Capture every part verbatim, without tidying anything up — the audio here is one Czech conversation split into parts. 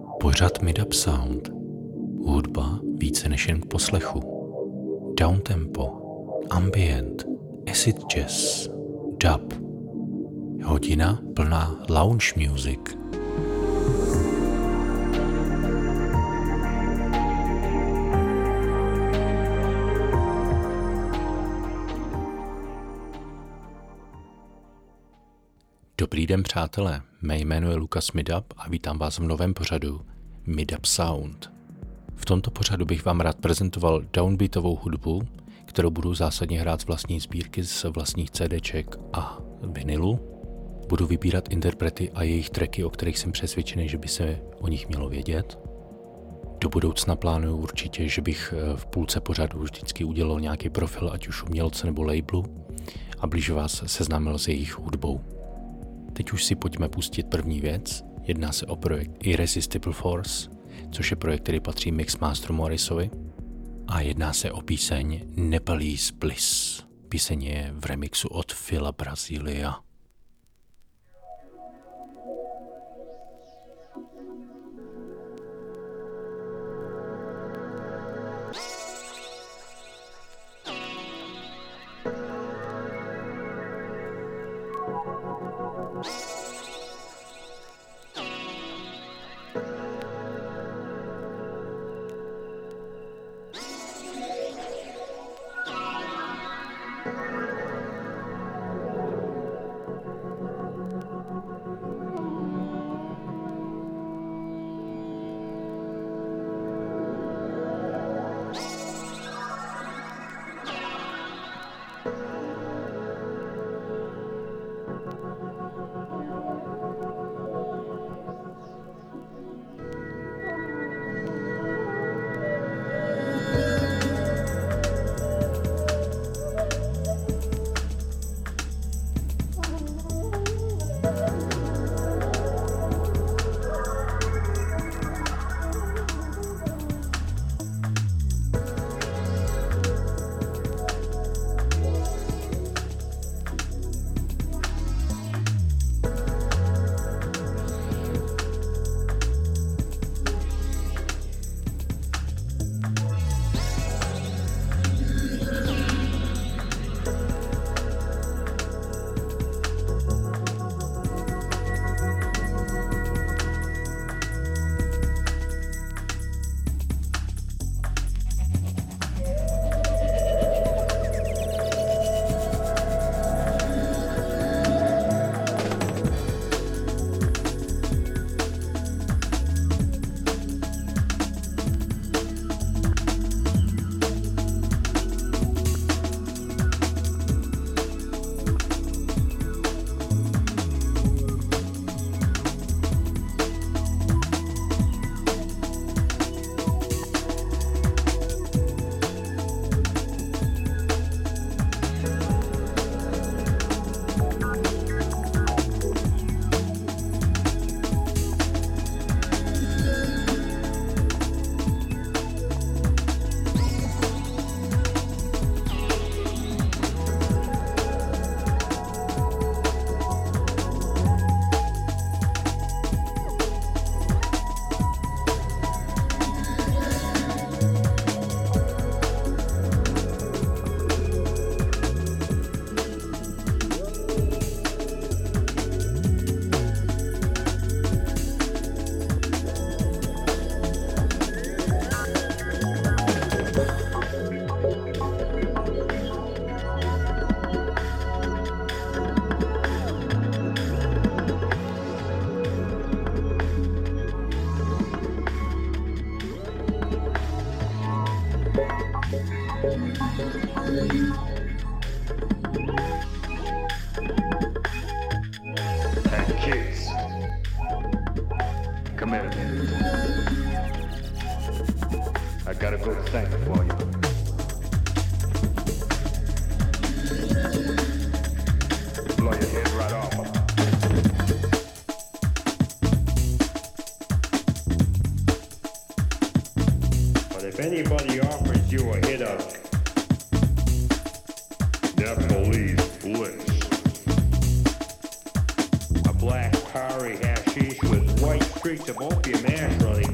Pořad Mid-Up Sound. Hudba více než jen k poslechu. Downtempo, ambient, acid jazz, dub. Hodina plná lounge music. Dobrý den, přátelé, mé jméno je Lukas Mid-Up a vítám vás v novém pořadu Mid-Up Sound. V tomto pořadu bych vám rád prezentoval downbeatovou hudbu, kterou budu zásadně hrát z vlastní sbírky, z vlastních CDček a vinilu. Budu vybírat interprety a jejich tracky, o kterých jsem přesvědčený, že by se o nich mělo vědět. Do budoucna plánuju určitě, že bych v půlce pořadu vždycky udělal nějaký profil, ať už umělce nebo labelu, a blíže vás seznámil s jejich hudbou. Teď už si pojďme pustit první věc. Jedná se o projekt Irresistible Force, což je projekt, který patří Mixmasteru Morrisovi. A jedná se o píseň Nepalese Bliss. Píseň je v remixu od Phila Brasilia. If anybody offers you a hit of Nepalese Bliss, a black Pari hashish with white streaks of opium ash running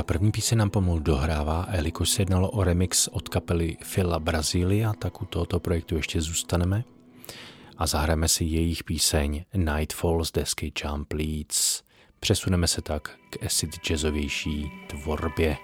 první píseň nám pomalu dohrává a jelikož se jednalo o remix od kapely Fila Brasilia, tak u tohoto projektu ještě zůstaneme a zahrajeme si jejich píseň Nightfall z desky Jump Leads. Přesuneme se tak k acid jazzovější tvorbě.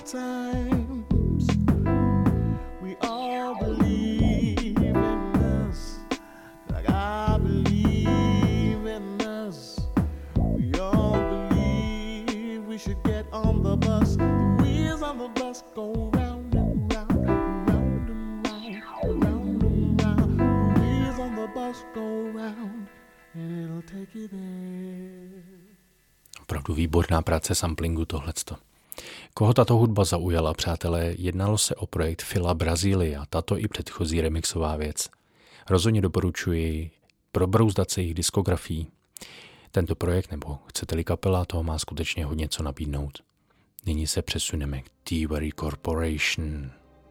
times. We all believe in us, like I believe in us. We all believe we should get on the bus. The wheels on the bus go round and round and round and round, round and round. The wheels on the bus go round and it'll take you there. Opravdu výborná práce samplingu tohleto. Koho tato hudba zaujala, přátelé, jednalo se o projekt Phila Brazília, tato i předchozí remixová věc. Rozhodně doporučuji probrouzdat se jejich diskografií. Tento projekt, nebo chcete-li kapela, toho má skutečně hodně co nabídnout. Nyní se přesuneme k Thievery Corporation.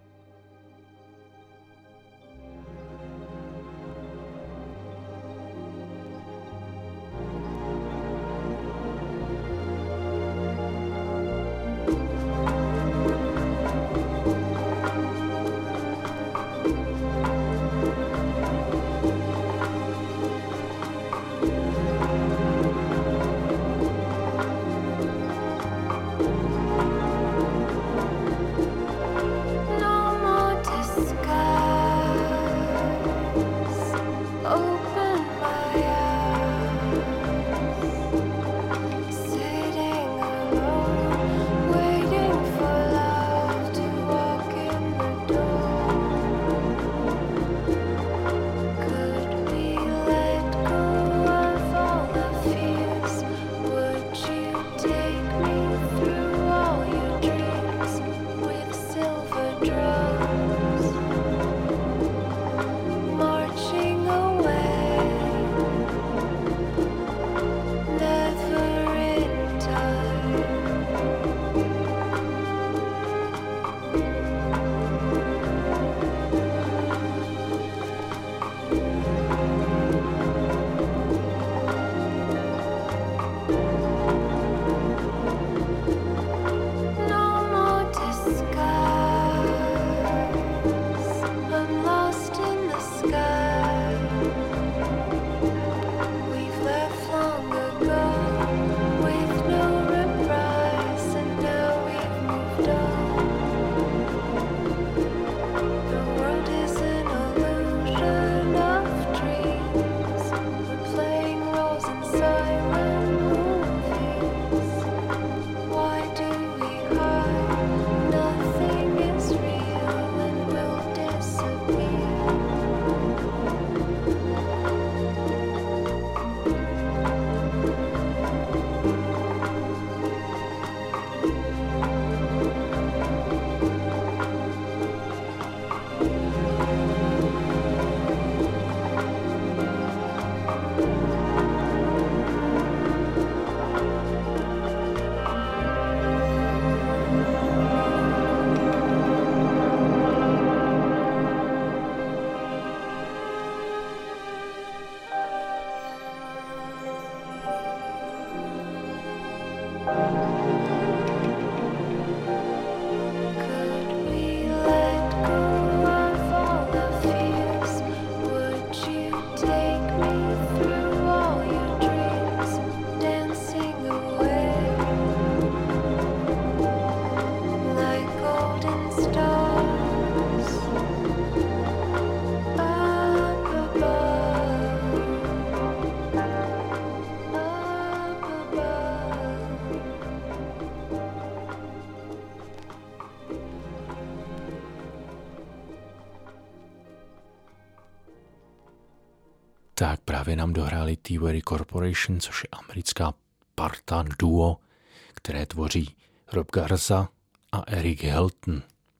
Tak právě nám dohráli Thievery Corporation, což je americká parta duo, které tvoří Rob Garza a Eric Helton.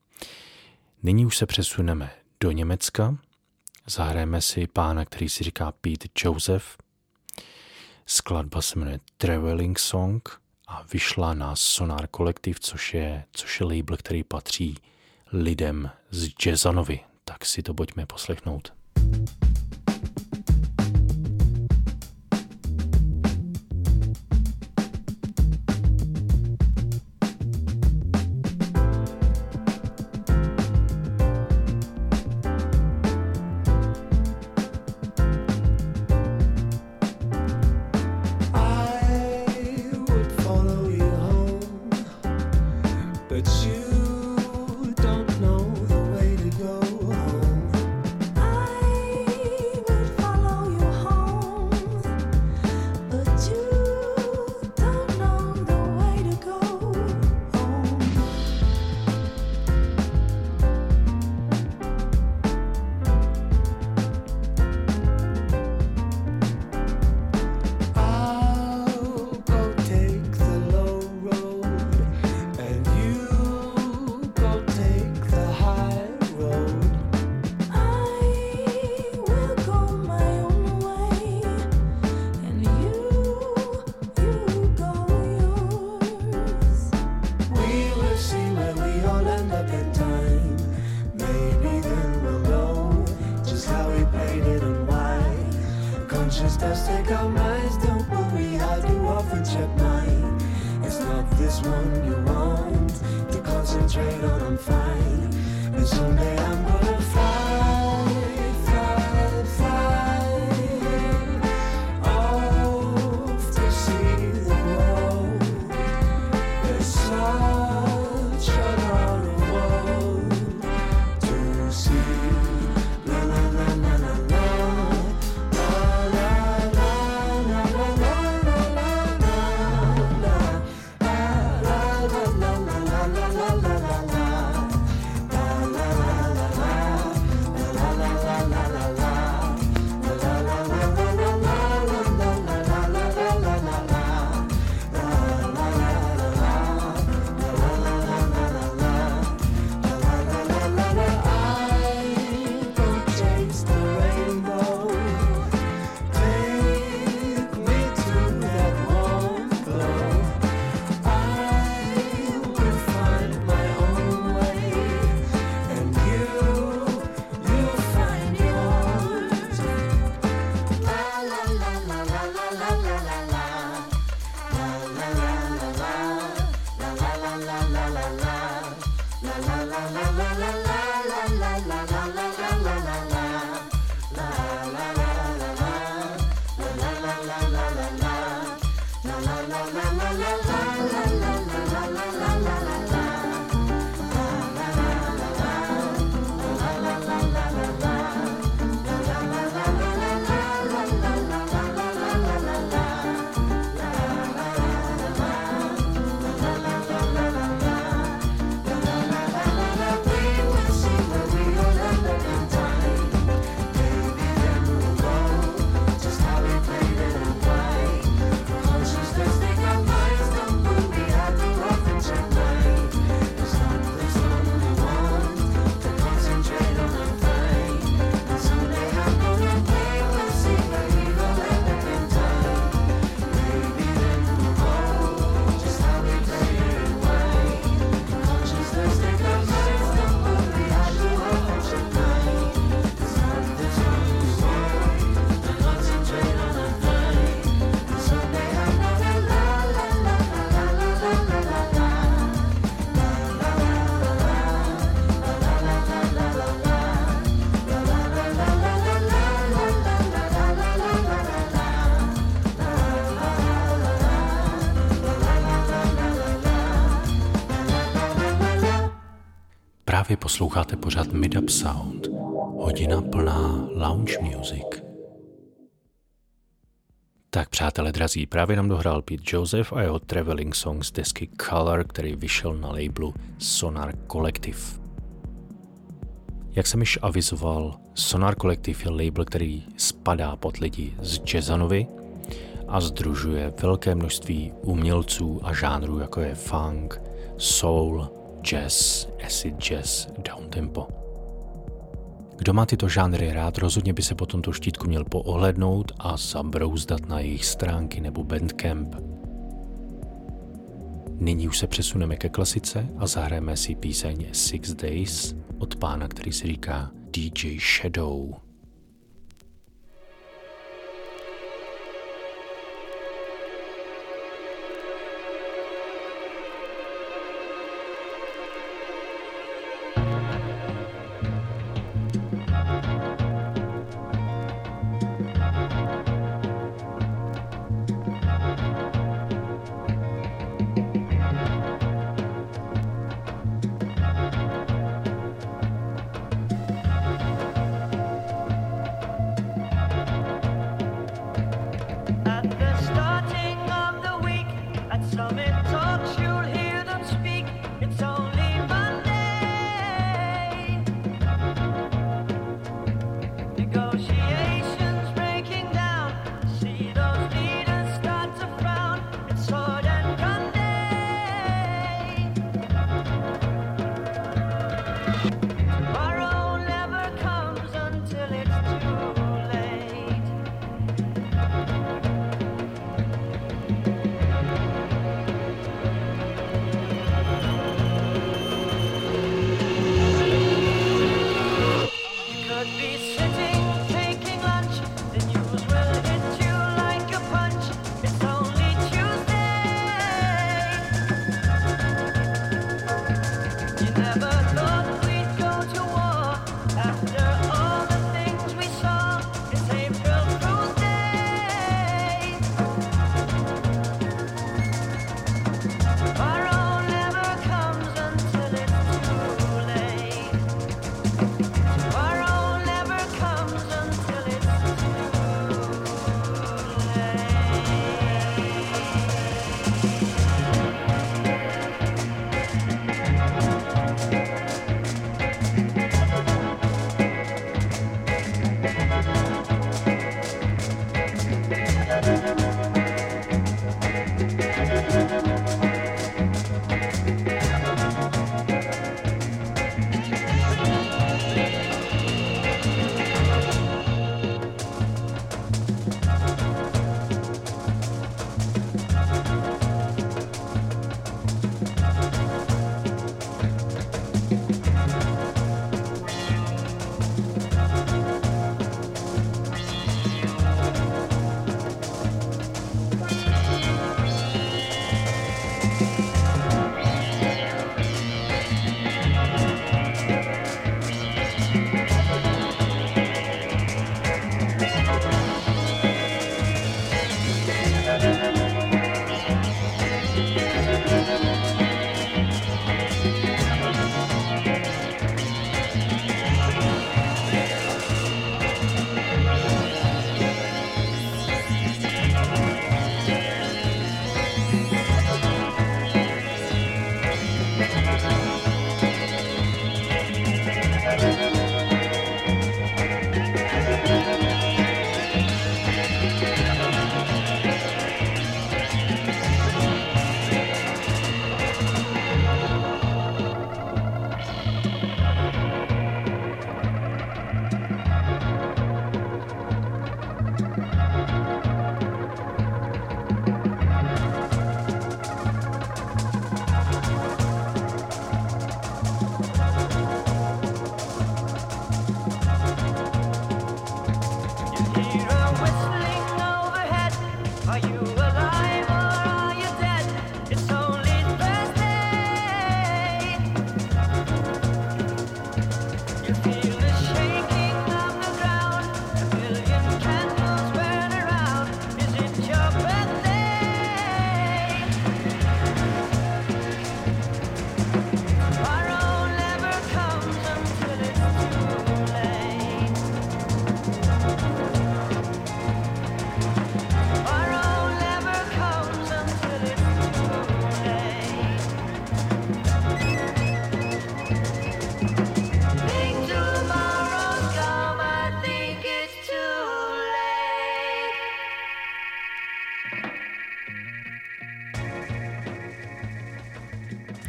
Nyní už se přesuneme do Německa. Zahrajeme si pána, který si říká Pete Joseph. Skladba se jmenuje Traveling Song a vyšla na Sonar Collective, což je, což je label, který patří lidem z Jazzanovy. Tak si to pojďme poslechnout. But you Conscious does take our minds, don't worry, I do often check mine. It's not this one you want to concentrate on, I'm fine. And someday I'm gonna fly, fly, fly off to see the world. There's such a lot of world to see. La la la la la la. Právě posloucháte pořád Mid Up Sound, hodina plná lounge music. Tak přátelé drazí, právě nám dohrál Pete Joseph a jeho traveling song z desky Color, který vyšel na labelu Sonar Collective. Jak jsem již avizoval, Sonar Collective je label, který spadá pod lidi z Jazzanovy a sdružuje velké množství umělců a žánrů, jako je funk, soul, jazz, acid jazz, downtempo. Kdo má tyto žánry rád, rozhodně by se po tomto štítku měl poohlednout a zabrouzdat na jejich stránky nebo Bandcamp. Nyní už se přesuneme ke klasice a zahrajeme si píseň Six Days od pána, který si říká D J Shadow.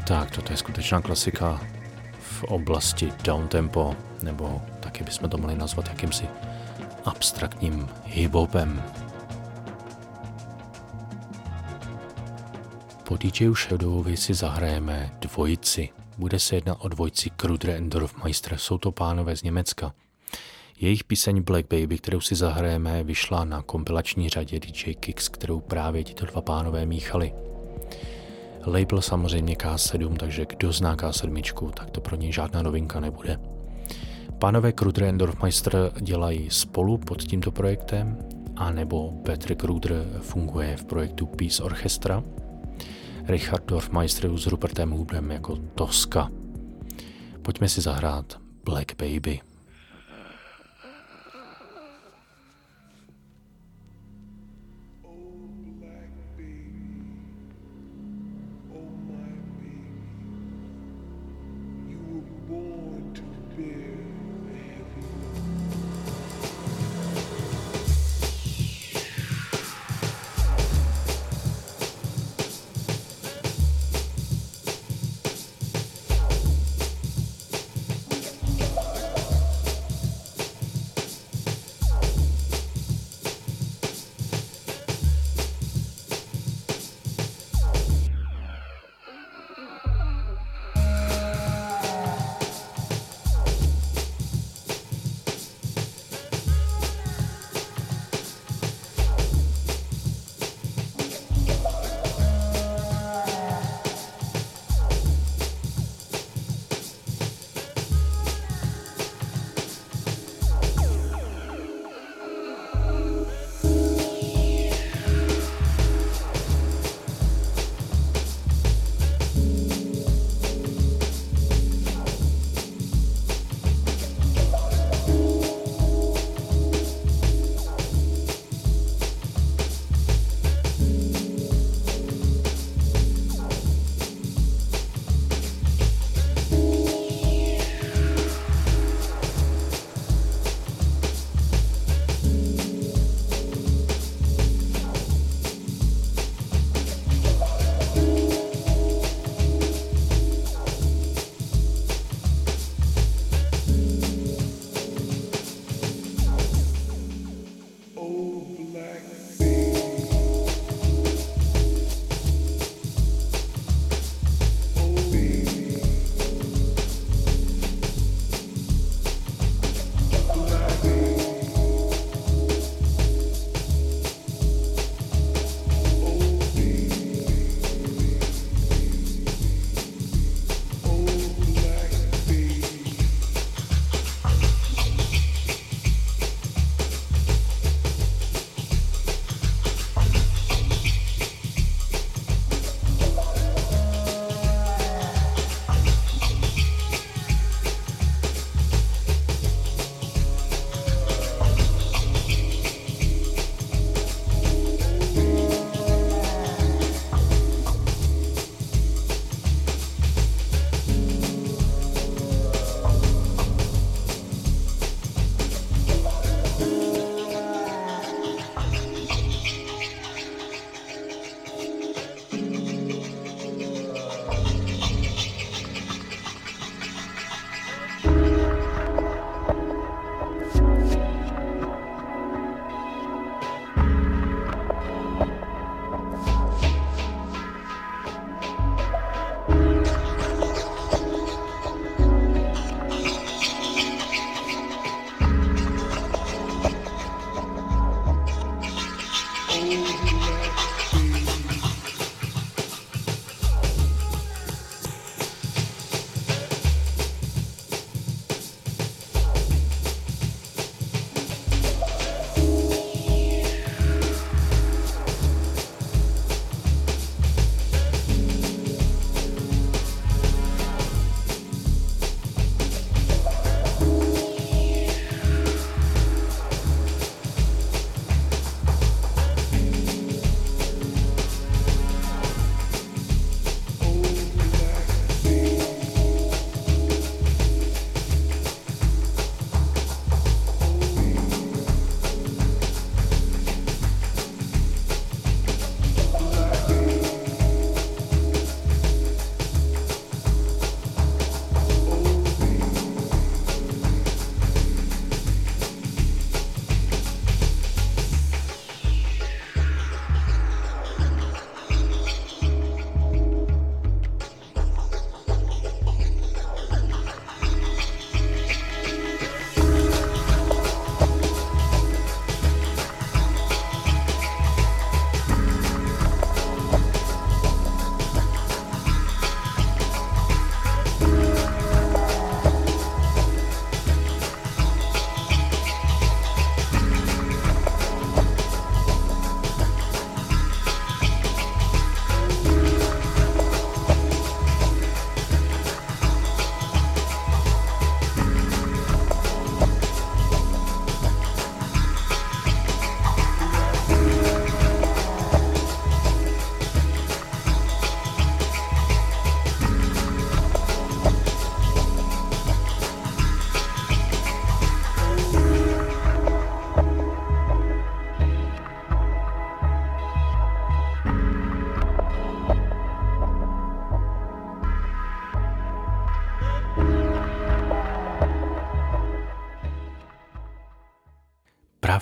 Tak, toto je skutečná klasika v oblasti downtempo, nebo taky bychom to mohli nazvat jakýmsi abstraktním hip-hopem. Po D J Shadowovi si zahrajeme dvojici. Bude se jednat o dvojici Kruder and Dorfmeister, jsou to pánové z Německa. Jejich píseň Black Baby, kterou si zahrajeme, vyšla na kompilační řadě D J Kicks, kterou právě tito dva pánové míchali. Label samozřejmě K sedm, takže kdo zná K sedm, tak to pro něj žádná novinka nebude. Pánové Kruder and Dorfmeister dělají spolu pod tímto projektem, anebo Petr Kruder funguje v projektu Peace Orchestra. Richard Dorfmeister s Rupertem Hoodem jako Tosca. Pojďme si zahrát Black Baby.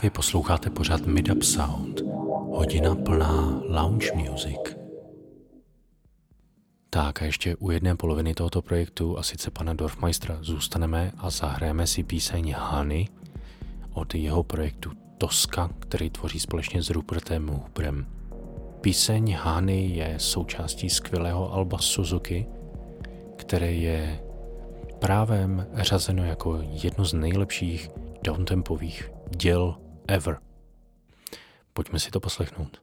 Vy posloucháte pořád Mid-Up Sound, hodina plná lounge music. Tak a ještě u jedné poloviny tohoto projektu, a sice pana Dorfmeistera, zůstaneme a zahrajeme si píseň Honey od jeho projektu Tosca, který tvoří společně s Rupertem Huberem. Píseň Honey je součástí skvělého alba Suzuki, které je právem řazeno jako jedno z nejlepších downtempových děl ever. Pojďme si to poslechnout.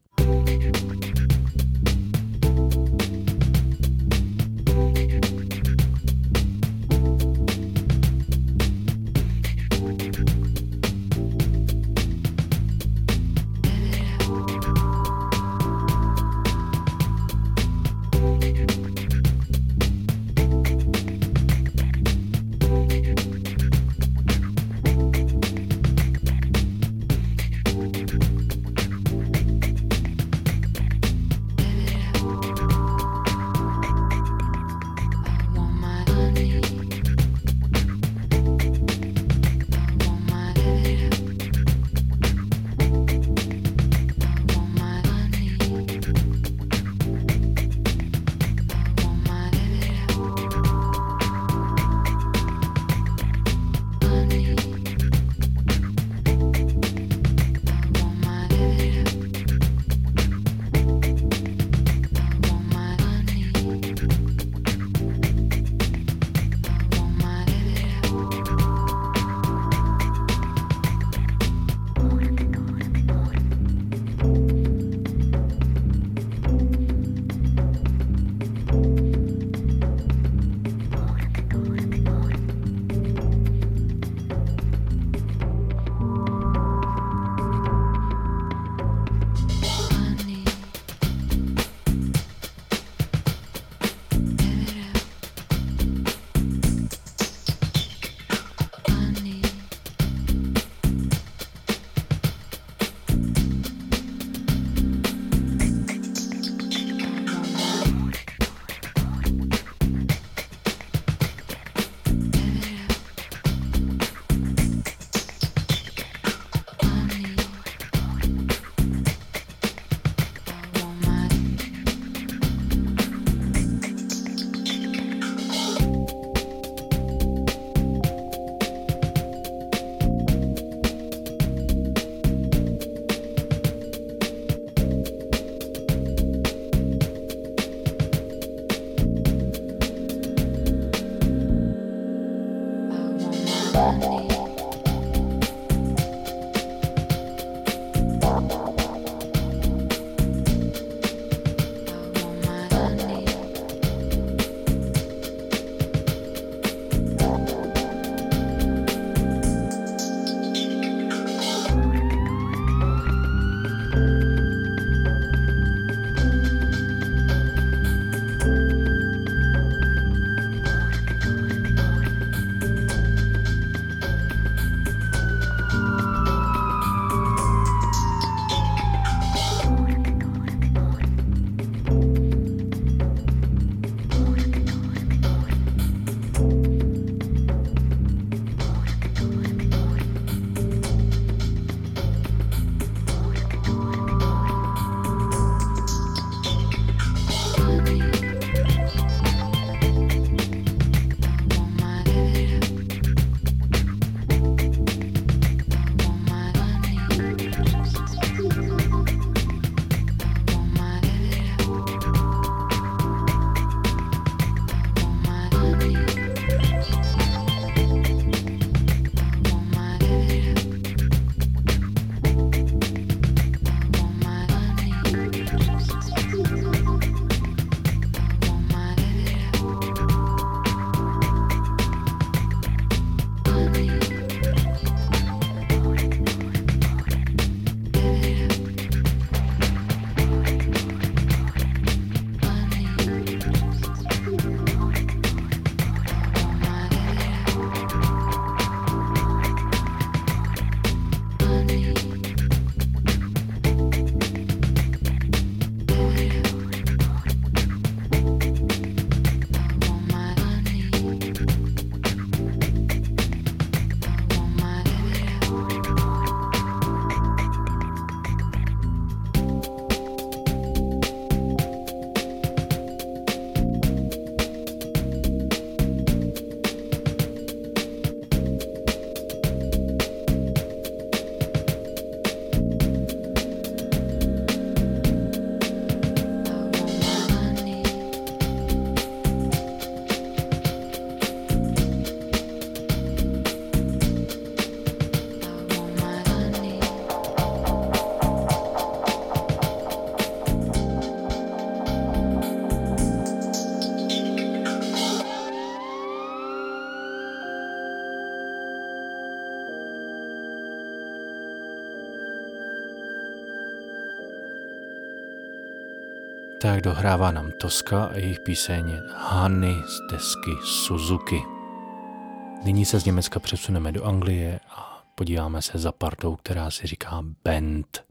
tak dohrává nám Tosca a jejich píseň Honey z desky Suzuki. Nyní se z Německa přesuneme do Anglie a podíváme se za partou, která si říká Band.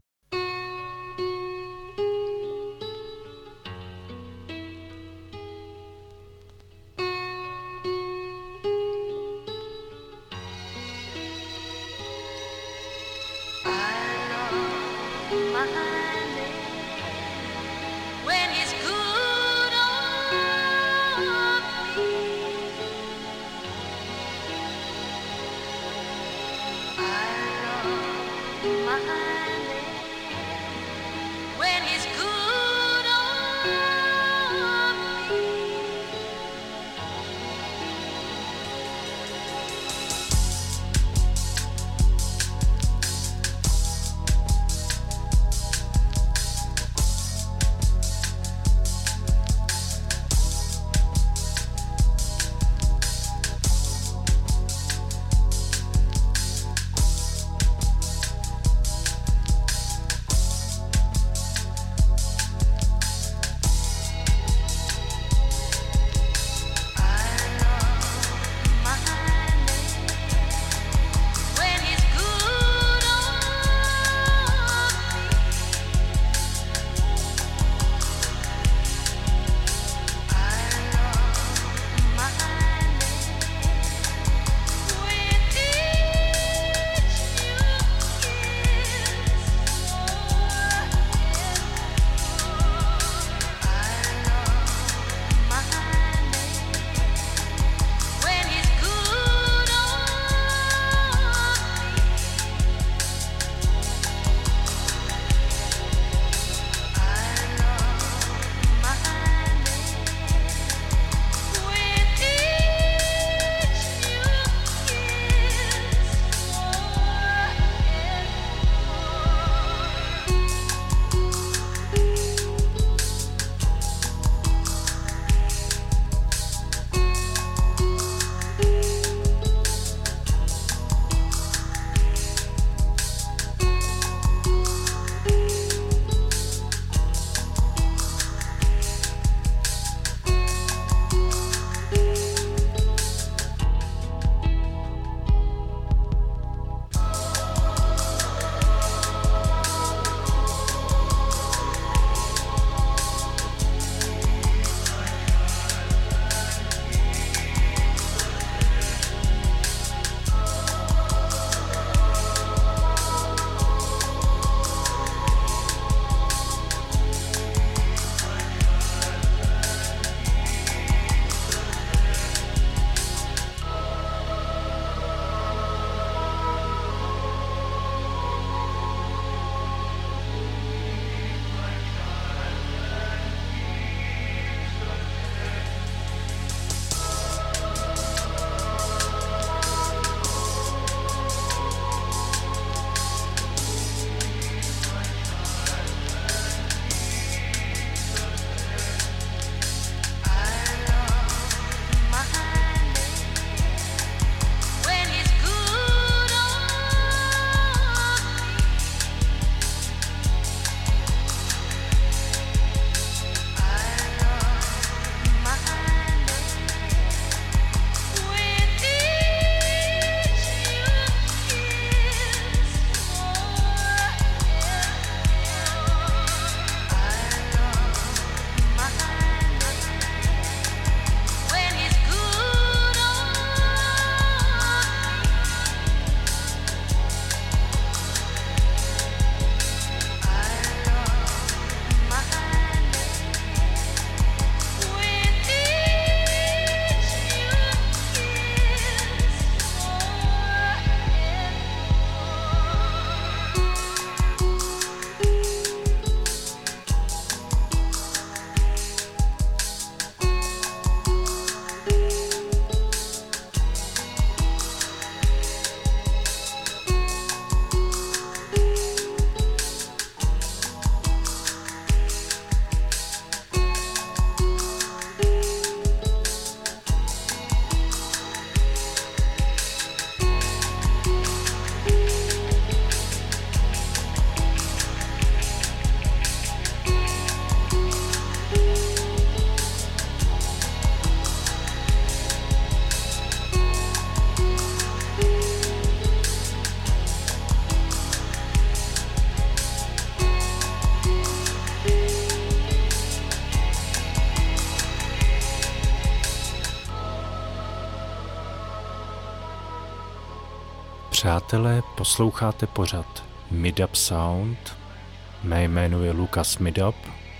Přátelé, posloucháte pořad Mid-Up Sound. Mé jméno je Lukas Middup.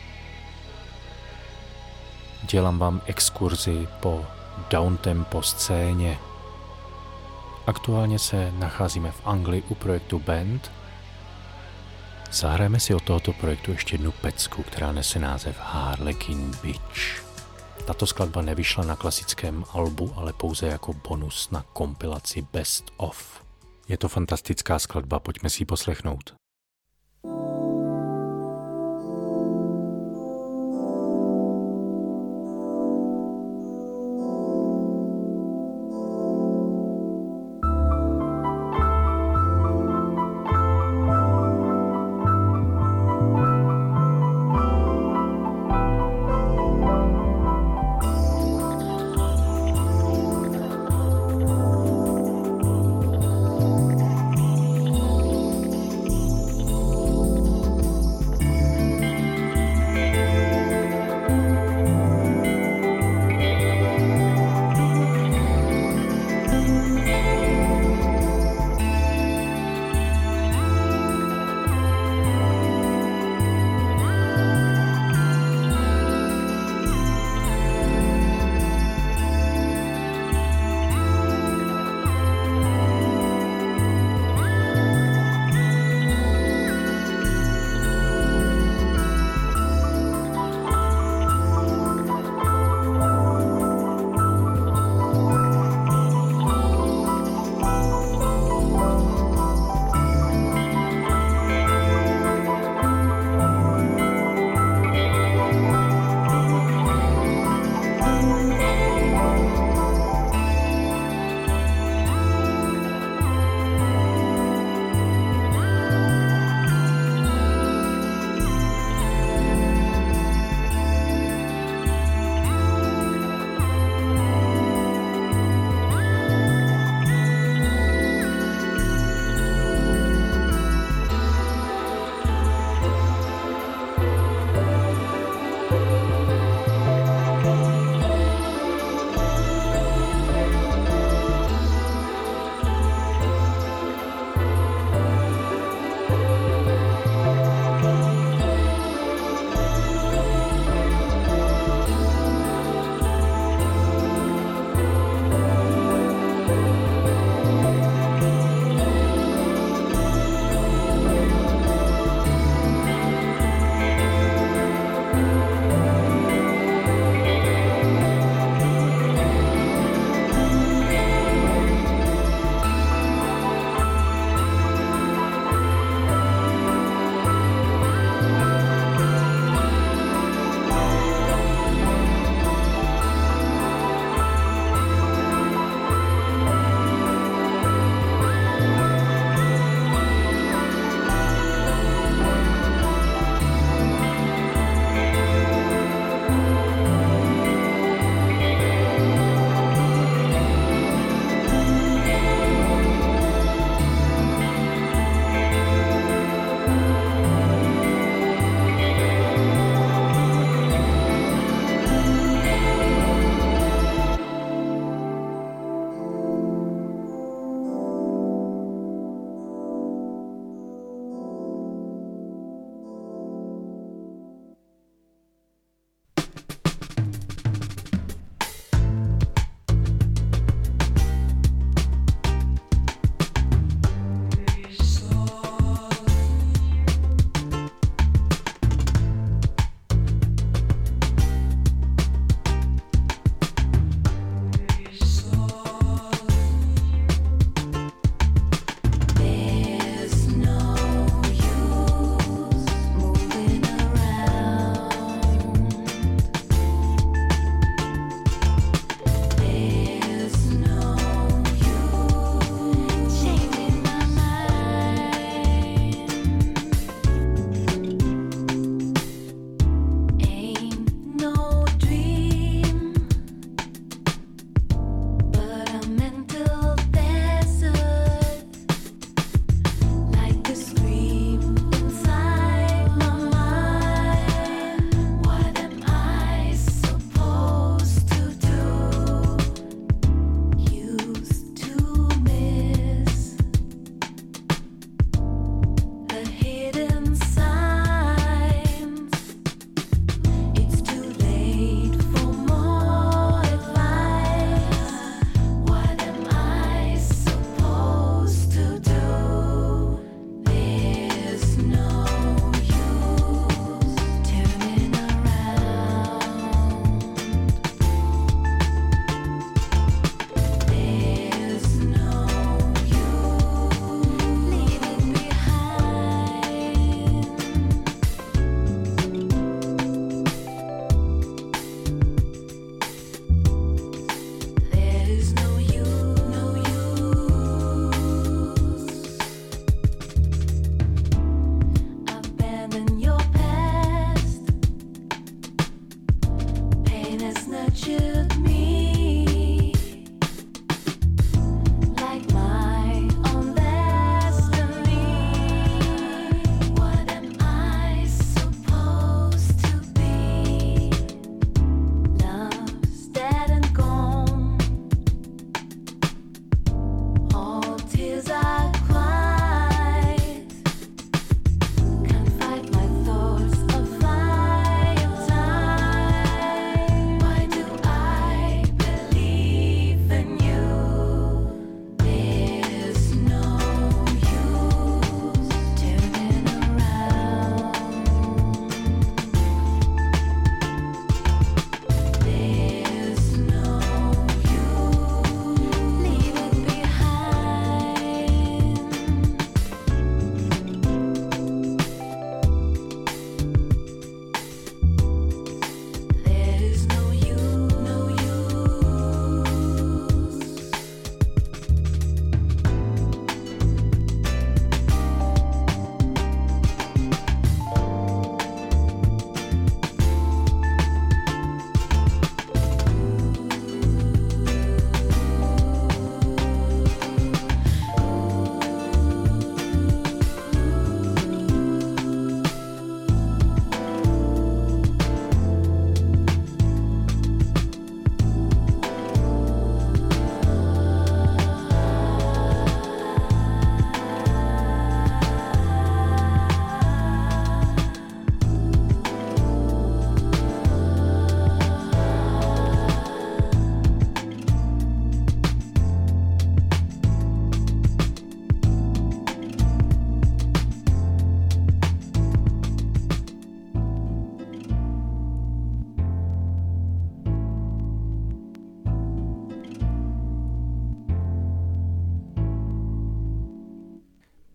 Dělám vám exkurzi po downtempo scéně. Aktuálně se nacházíme v Anglii u projektu Band. Zahrajeme si od tohoto projektu ještě jednu pecku, která nese název Harlequin Beach. Tato skladba nevyšla na klasickém albu, ale pouze jako bonus na kompilaci Best Of. Je to fantastická skladba, pojďme si ji poslechnout. Thank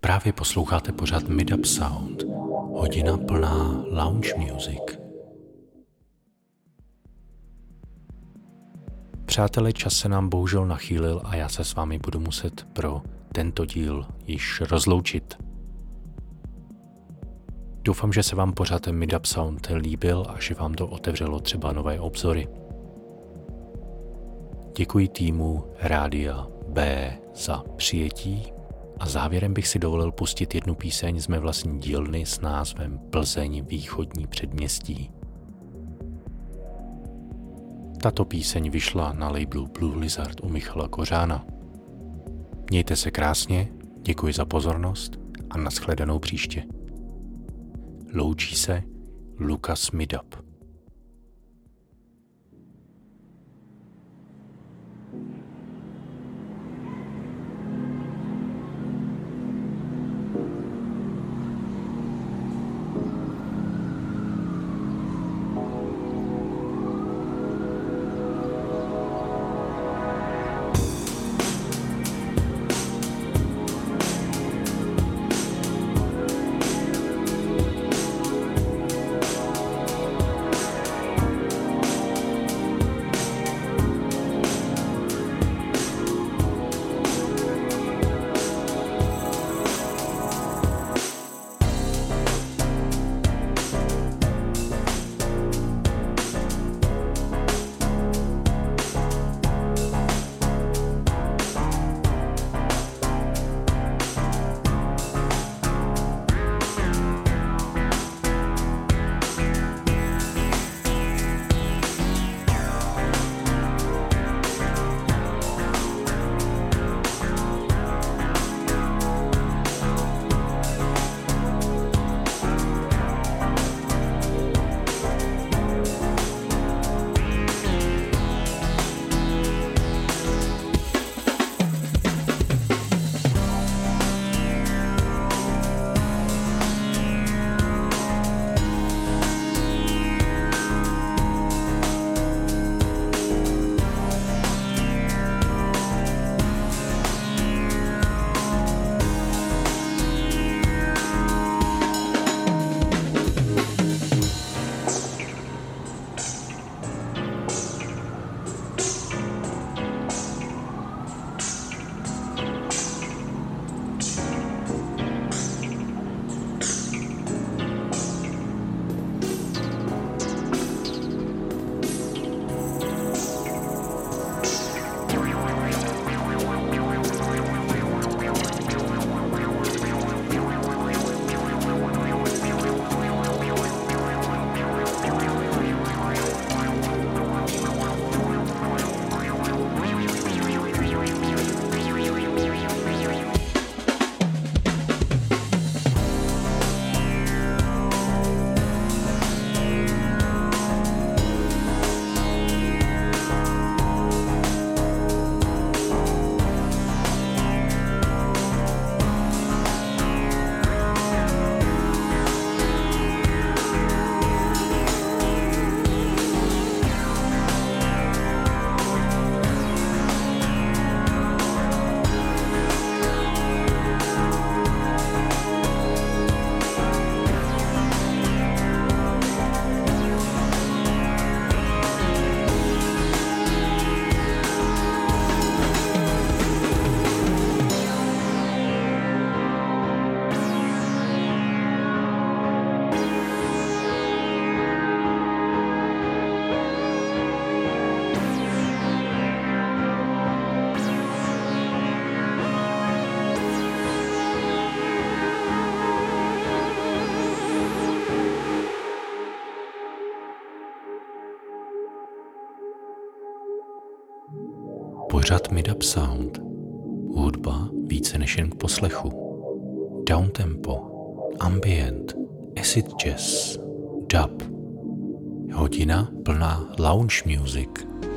Právě posloucháte pořad Mid-Up Sound, hodina plná lounge music. Přátelé, čas se nám bohužel nachýlil a já se s vámi budu muset pro tento díl již rozloučit. Doufám, že se vám pořád Mid-Up Sound líbil a že vám to otevřelo třeba nové obzory. Děkuji týmu Rádia B za přijetí a závěrem bych si dovolil pustit jednu píseň z mé vlastní dílny s názvem Plzeň východní předměstí. Tato píseň vyšla na labelu Blue Lizard u Michala Kořána. Mějte se krásně, děkuji za pozornost a nashledanou příště. Loučí se Lukas Mid-Up. Pořad Mid-Up Sound. Hudba více než jen k poslechu. Downtempo, ambient, acid jazz, dub. Hodina plná lounge music.